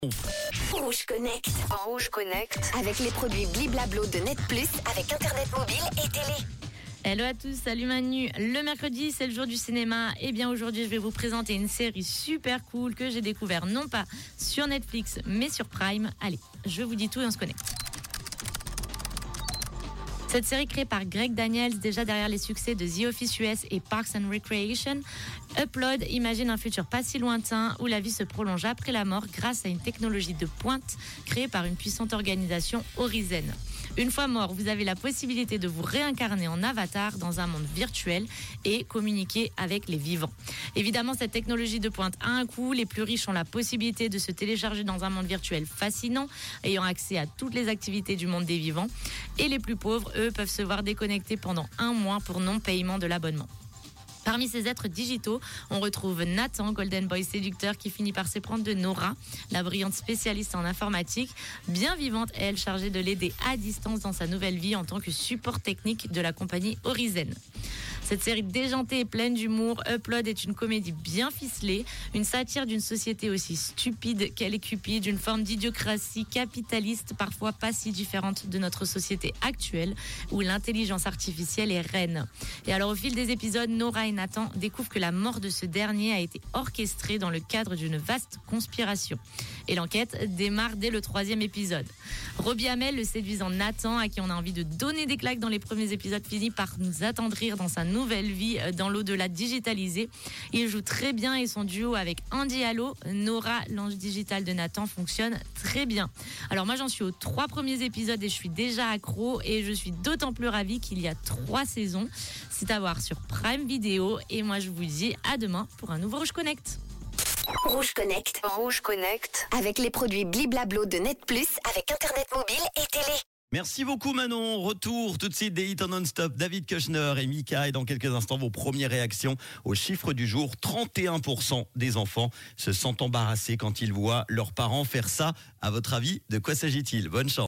Rouge Connect. En Rouge Connect. Avec les produits Bliblablo de Net Plus, avec Internet mobile et télé. Hello à tous, salut Manu. Le mercredi, c'est le jour du cinéma. Et bien aujourd'hui, je vais vous présenter une série super cool que j'ai découvert non pas sur Netflix, mais sur Prime. Allez, je vous dis tout et on se connecte. Cette série créée par Greg Daniels, déjà derrière les succès de The Office US et Parks and Recreation, Upload imagine un futur pas si lointain où la vie se prolonge après la mort grâce à une technologie de pointe créée par une puissante organisation Horizon. Une fois mort, vous avez la possibilité de vous réincarner en avatar dans un monde virtuel et communiquer avec les vivants. Évidemment, cette technologie de pointe a un coût. Les plus riches ont la possibilité de se télécharger dans un monde virtuel fascinant, ayant accès à toutes les activités du monde des vivants. Et les plus pauvres, eux, peuvent se voir déconnectés pendant 1 mois pour non-paiement de l'abonnement. Parmi ces êtres digitaux, on retrouve Nathan, Golden Boy séducteur qui finit par s'éprendre de Nora, la brillante spécialiste en informatique, bien vivante elle, chargée de l'aider à distance dans sa nouvelle vie en tant que support technique de la compagnie Horizon. Cette série déjantée et pleine d'humour, Upload est une comédie bien ficelée, une satire d'une société aussi stupide qu'elle est cupide, une forme d'idiocratie capitaliste parfois pas si différente de notre société actuelle où l'intelligence artificielle est reine. Et alors au fil des épisodes, Nora et Nathan découvrent que la mort de ce dernier a été orchestrée dans le cadre d'une vaste conspiration. Et l'enquête démarre dès le 3e épisode. Robbie Amell, le séduisant Nathan, à qui on a envie de donner des claques dans les premiers épisodes, finit par nous attendrir dans sa nouvelle vie dans l'au-delà digitalisé. Il joue très bien et son duo avec Andy Allo, Nora, l'ange digital de Nathan, fonctionne très bien. Alors moi j'en suis aux 3 premiers épisodes et je suis déjà accro et je suis d'autant plus ravie qu'il y a 3 saisons. C'est à voir sur Prime Video et moi je vous dis à demain pour un nouveau Rouge Connect. Rouge Connect. En Rouge Connect. Avec les produits Bliblablo de Net Plus, avec Internet mobile et télé. Merci beaucoup Manon. Retour tout de suite des hits en non-stop. David Kushner et Mika. Et dans quelques instants, vos premières réactions aux chiffres du jour. 31% des enfants se sentent embarrassés quand ils voient leurs parents faire ça. À votre avis, de quoi s'agit-il? Bonne chance.